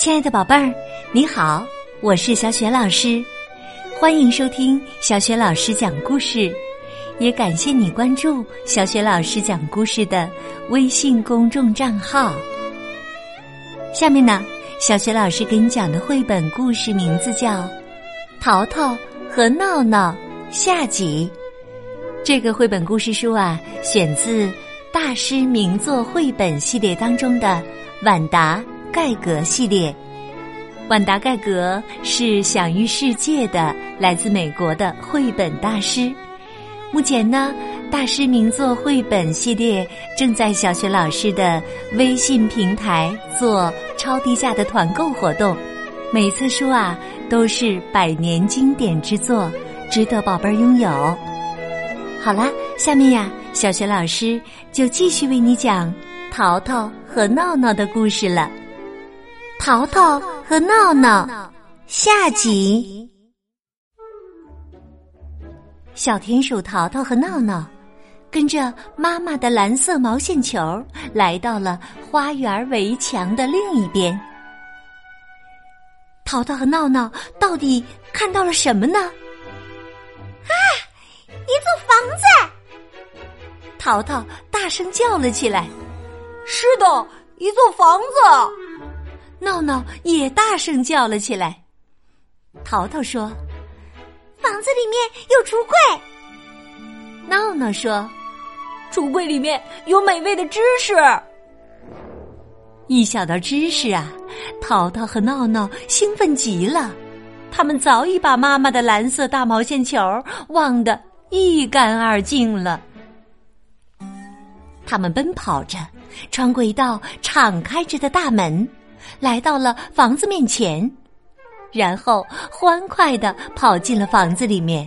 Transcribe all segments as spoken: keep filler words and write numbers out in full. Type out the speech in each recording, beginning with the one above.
亲爱的宝贝儿，你好，我是小雪老师，欢迎收听小雪老师讲故事，也感谢你关注小雪老师讲故事的微信公众账号。下面呢，小雪老师给你讲的绘本故事名字叫《淘淘和闹闹》下集。这个绘本故事书啊，选自大师名作绘本系列当中的晚达盖格系列。晚达盖格是享誉世界的来自美国的绘本大师。目前呢，大师名作绘本系列正在小雪老师的微信平台做超低价的团购活动，每册书啊都是百年经典之作，值得宝贝儿拥有。好啦，下面呀，小雪老师就继续为你讲淘淘和闹闹的故事了。淘淘和闹闹下集。小田鼠淘淘和闹闹跟着妈妈的蓝色毛线球来到了花园围墙的另一边。淘淘和闹闹到底看到了什么呢？ 啊，一座房子！ 淘淘大声叫了起来。 是的，一座房子！ 闹闹也大声叫了起来。淘淘说： 房子里面有橱柜。 闹闹说： 橱柜里面有美味的芝士。 一想到芝士啊，淘淘和闹闹兴奋极了，他们早已把妈妈的蓝色大毛线球忘得一干二净了。他们奔跑着穿过一道敞开着的大门，来到了房子面前，然后欢快地跑进了房子里面。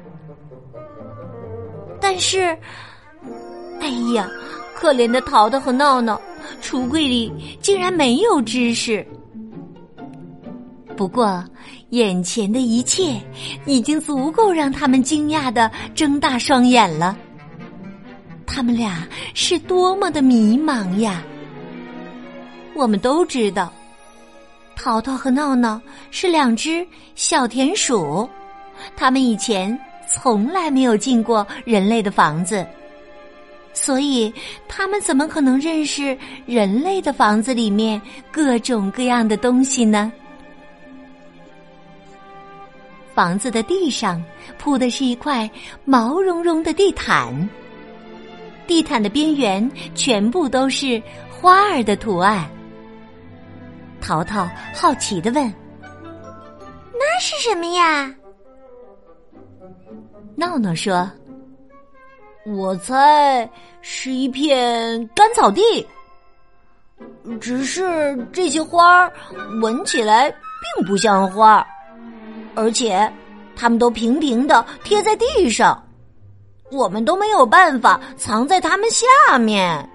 但是，哎呀，可怜的淘淘和闹闹，橱柜里竟然没有芝士。不过，眼前的一切已经足够让他们惊讶地睁大双眼了。他们俩是多么的迷茫呀！我们都知道，淘淘和闹闹是两只小田鼠，他们以前从来没有进过人类的房子，所以他们怎么可能认识人类的房子里面各种各样的东西呢？房子的地上铺的是一块毛茸茸的地毯，地毯的边缘全部都是花儿的图案。淘淘好奇地问： 那是什么呀？ 闹闹说： 我猜是一片干草地，只是这些花儿闻起来并不像花，而且它们都平平地贴在地上，我们都没有办法藏在它们下面。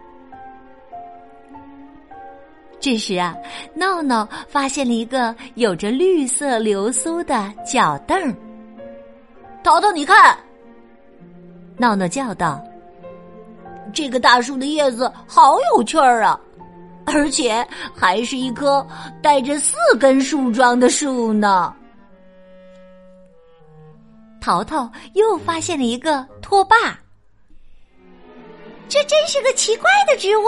这时啊，闹闹发现了一个有着绿色流苏的脚凳。 淘淘，你看！ 闹闹叫道： 这个大树的叶子好有趣儿啊，而且还是一棵带着四根树桩的树呢。 淘淘又发现了一个拖把。 这真是个奇怪的植物，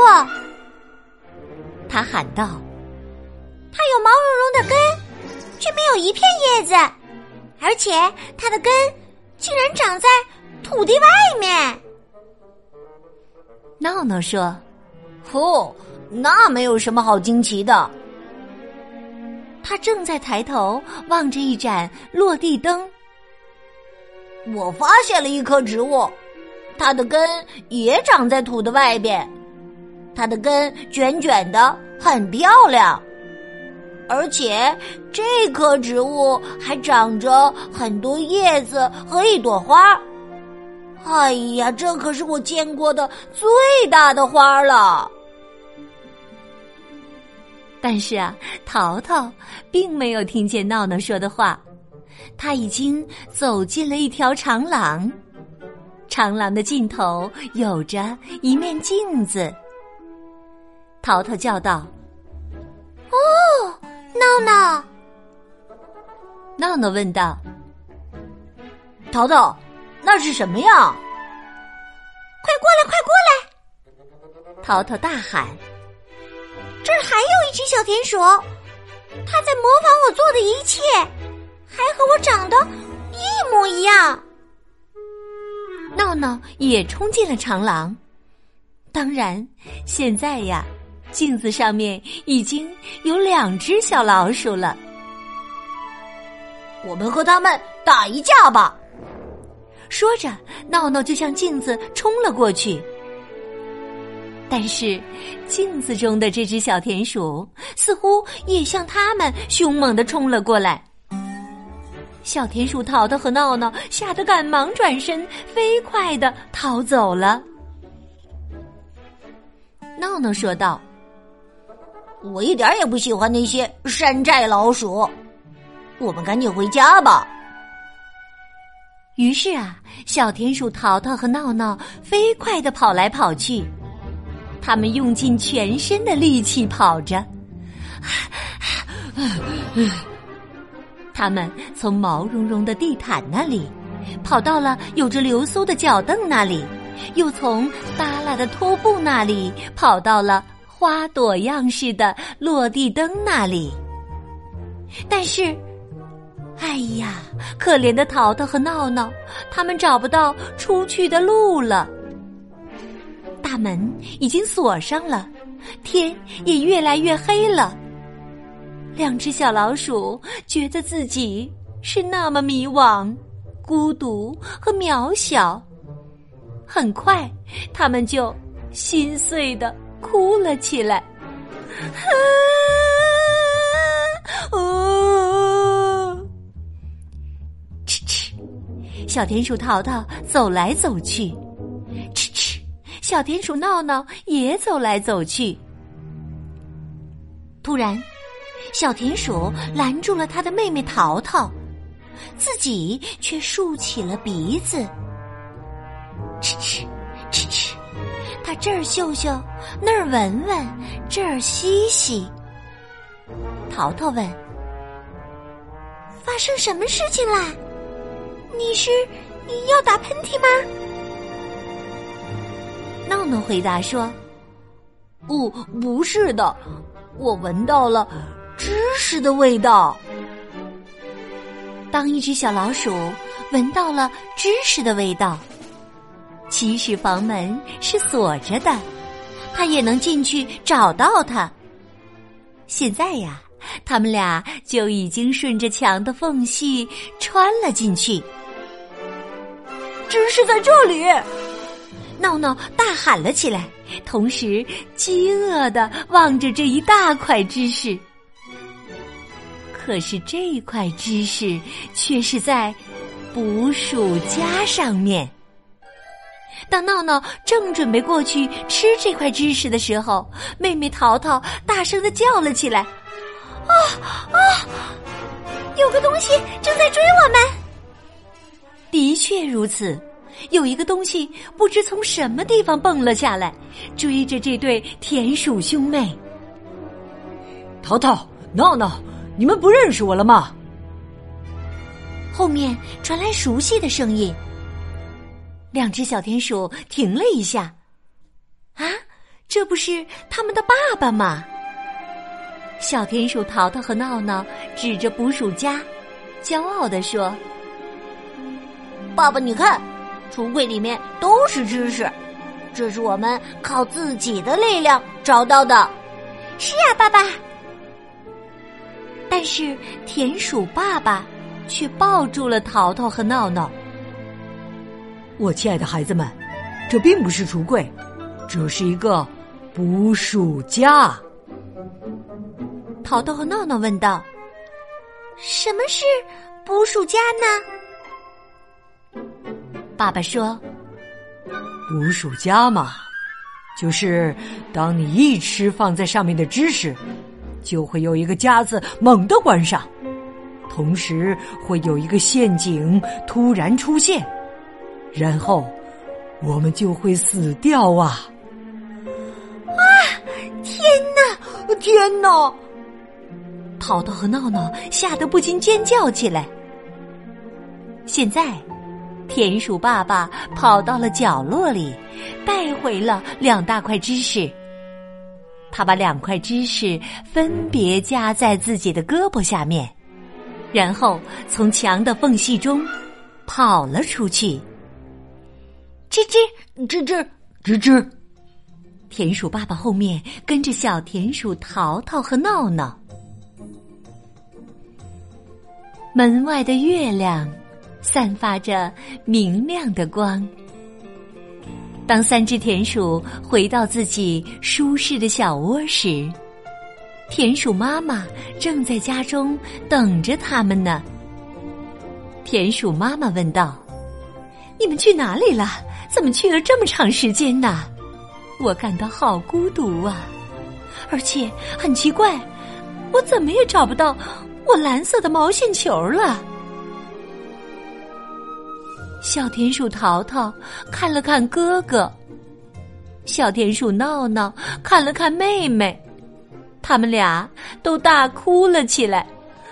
他喊道： 它有毛茸茸的根，却没有一片叶子，而且它的根竟然长在土地外面。 闹闹说： 哦，那没有什么好惊奇的。 他正在抬头望着一盏落地灯。 我发现了一棵植物，它的根也长在土的外边，它的根卷卷的，很漂亮，而且这棵植物还长着很多叶子和一朵花。哎呀，这可是我见过的最大的花了。 但是啊，淘淘并没有听见闹闹说的话，他已经走进了一条长廊，长廊的尽头有着一面镜子。淘淘叫道： 哦，闹闹？ 闹闹问道。 淘淘，那是什么呀？ 快过来，快过来！ 淘淘大喊。 这儿还有一只小田鼠，它在模仿我做的一切，还和我长得一模一样。 闹闹也冲进了长廊。当然，现在呀，镜子上面已经有两只小老鼠了。 我们和他们打一架吧！ 说着，闹闹就向镜子冲了过去。但是，镜子中的这只小田鼠似乎也向他们凶猛地冲了过来。小田鼠淘淘和闹闹吓得赶忙转身，飞快地逃走了。闹闹说道：“ 我一点也不喜欢那些山寨老鼠，我们赶紧回家吧。” 于是啊，小田鼠淘淘和闹闹飞快地跑来跑去，他们用尽全身的力气跑着。他们从毛茸茸的地毯那里跑到了有着流苏的脚凳那里，又从耷拉的拖布那里跑到了花朵样式的落地灯那里。但是哎呀，可怜的淘淘和闹闹，他们找不到出去的路了。大门已经锁上了，天也越来越黑了。两只小老鼠觉得自己是那么迷惘、孤独和渺小。很快，他们就心碎地哭了起来。嗤嗤，小田鼠淘淘走来走去，嗤嗤，小田鼠闹闹也走来走去。突然，小田鼠拦住了他的妹妹淘淘，自己却竖起了鼻子。嗤嗤，嗤嗤，他这儿嗅嗅，那儿闻闻，这儿吸吸。淘淘问：“ 发生什么事情啦？你是要打喷嚏吗？” 闹闹回答说：“ 不，不是的，我闻到了芝士的味道。” 当一只小老鼠闻到了芝士的味道，其实房门是锁着的，它也能进去找到它。现在呀，他们俩就已经顺着墙的缝隙穿了进去。 芝士在这里！ 闹闹大喊了起来，同时饥饿地望着这一大块芝士。可是这块芝士却是在捕鼠夹上面。当闹闹正准备过去吃这块芝士的时候，妹妹淘淘大声地叫了起来：“ 啊啊！有个东西正在追我们！” 的确如此，有一个东西不知从什么地方蹦了下来，追着这对田鼠兄妹。 淘淘、闹闹，你们不认识我了吗？ 后面传来熟悉的声音。两只小田鼠停了一下。啊，这不是他们的爸爸吗？小田鼠淘淘和闹闹指着捕鼠夹，骄傲地说：“ 爸爸，你看，橱柜里面都是芝士，这是我们靠自己的力量找到的。” 是啊，爸爸。 但是田鼠爸爸却抱住了淘淘和闹闹。 我亲爱的孩子们，这并不是橱柜，这是一个捕鼠夹。 淘淘和闹闹问道：“ 什么是捕鼠夹呢？” 爸爸说：“ 捕鼠夹嘛，就是当你一吃放在上面的芝士，就会有一个夹子猛地关上，同时会有一个陷阱突然出现，然后我们就会死掉啊！” 哇，天哪， 天哪！ 淘淘和闹闹吓得不禁尖叫起来。现在田鼠爸爸跑到了角落里，带回了两大块芝士。他把两块芝士分别夹在自己的胳膊下面，然后从墙的缝隙中跑了出去。 吱吱吱吱吱吱， 田鼠爸爸后面跟着小田鼠淘淘和闹闹。门外的月亮散发着明亮的光。当三只田鼠回到自己舒适的小窝时，田鼠妈妈正在家中等着它们呢。田鼠妈妈问道：“你们去哪里了？怎么去了这么长时间呢？我感到好孤独啊，而且很奇怪，我怎么也找不到我蓝色的毛线球了。”小田鼠淘淘看了看哥哥，小田鼠闹闹看了看妹妹，他们俩都大哭了起来。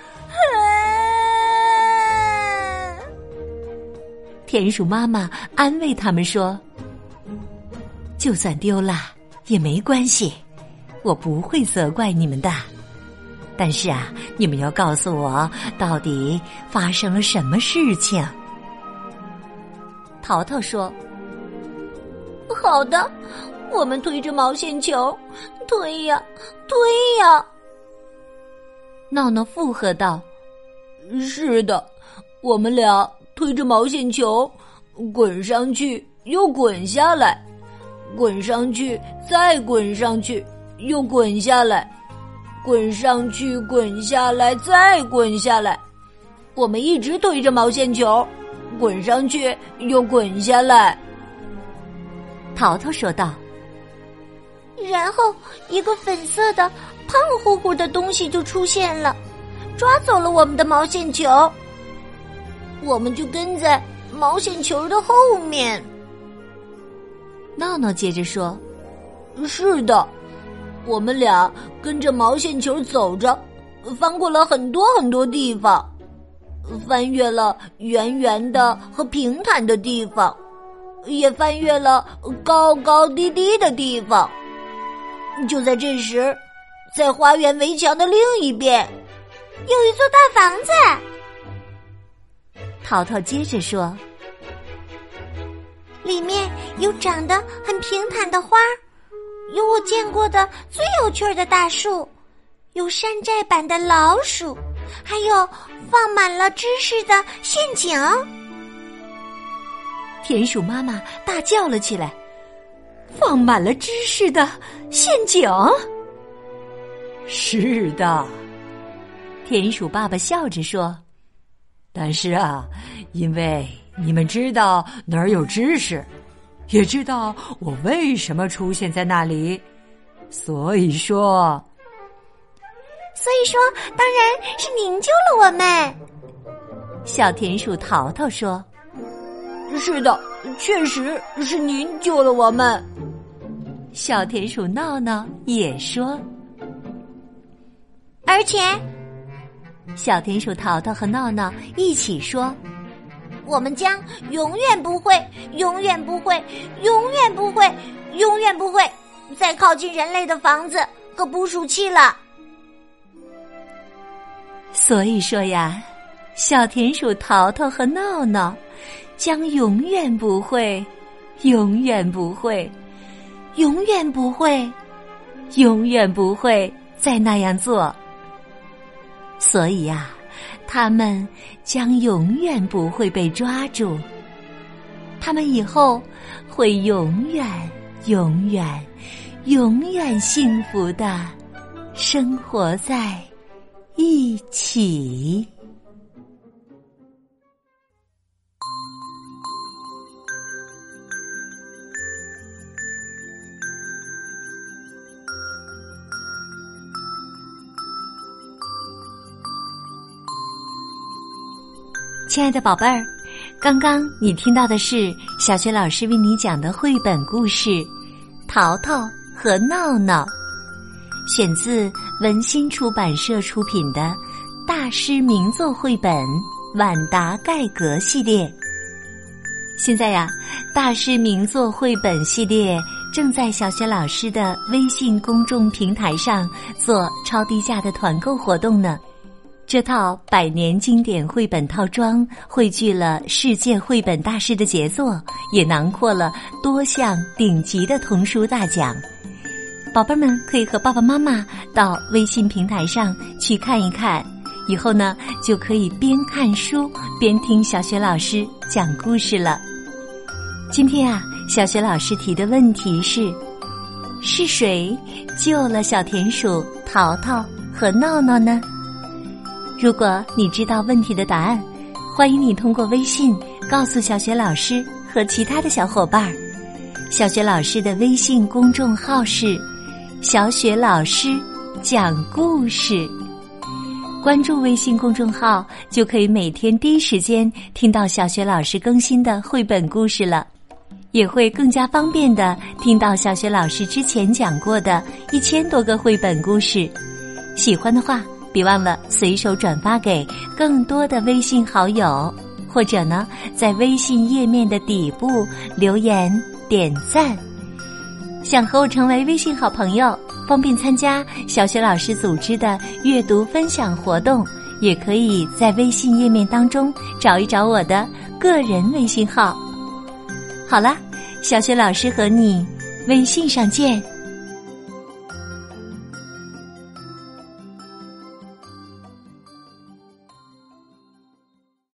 田鼠妈妈安慰他们说：“就算丢了也没关系，我不会责怪你们的。但是啊，你们要告诉我到底发生了什么事情。”淘淘说：“ 好的，我们推着毛线球，推呀推呀。” 闹闹附和道：“ 是的，我们俩推着毛线球，滚上去又滚下来，滚上去再滚上去又滚下来，滚上去滚下来再滚下来，我们一直推着毛线球，滚上去又滚下来。” 淘淘说道。 然后一个粉色的胖乎乎的东西就出现了，抓走了我们的毛线球。 我们就跟在毛线球的后面。 闹闹接着说：“ 是的，我们俩跟着毛线球走着，翻过了很多很多地方，翻越了圆圆的和平坦的地方，也翻越了高高低低的地方。就在这时，在花园围墙的另一边， 有一座大房子。” 淘淘接着说：“ 里面有长得很平坦的花，有我见过的最有趣的大树，有山寨版的老鼠，还有放满了芝士的陷阱。” 田鼠妈妈大叫了起来：“放满了芝士的陷阱！” 是的， 田鼠爸爸笑着说。 但是啊，因为你们知道哪儿有知识，也知道我为什么出现在那里，所以说， 所以说，当然是您救了我们。 小田鼠淘淘说：“ 是的，确实是您救了我们。” 小田鼠闹闹也说：“ 而且。” 小田鼠淘淘和闹闹一起说：“ 我们将永远不会，永远不会，永远不会，永远不会再靠近人类的房子和捕鼠器了。” 所以说呀，小田鼠淘淘和闹闹将永远不会，永远不会，永远不会，永远不会再那样做。所以呀，他们将永远不会被抓住，他们以后会永远、永远、永远幸福的生活在一起。亲爱的宝贝儿，刚刚你听到的是小雪老师为你讲的绘本故事《淘淘和闹闹》。 选自文心出版社出品的大师名作绘本《晚达盖格》系列。现在呀，大师名作绘本系列正在小雪老师的微信公众平台上做超低价的团购活动呢。这套百年经典绘本套装汇聚了世界绘本大师的杰作，也囊括了多项顶级的童书大奖。宝贝们可以和爸爸妈妈到微信平台上去看一看，以后呢就可以边看书边听小雪老师讲故事了。今天啊，小雪老师提的问题是：是谁救了小田鼠淘淘和闹闹呢？如果你知道问题的答案，欢迎你通过微信告诉小雪老师和其他的小伙伴。小雪老师的微信公众号是小雪老师讲故事，关注微信公众号就可以每天第一时间听到小雪老师更新的绘本故事了，也会更加方便地听到小雪老师之前讲过的一千多个绘本故事。喜欢的话，别忘了随手转发给更多的微信好友，或者呢，在微信页面的底部留言点赞。想和我成为微信好朋友，方便参加小雪老师组织的阅读分享活动，也可以在微信页面当中找一找我的个人微信号。好了，小雪老师和你微信上见。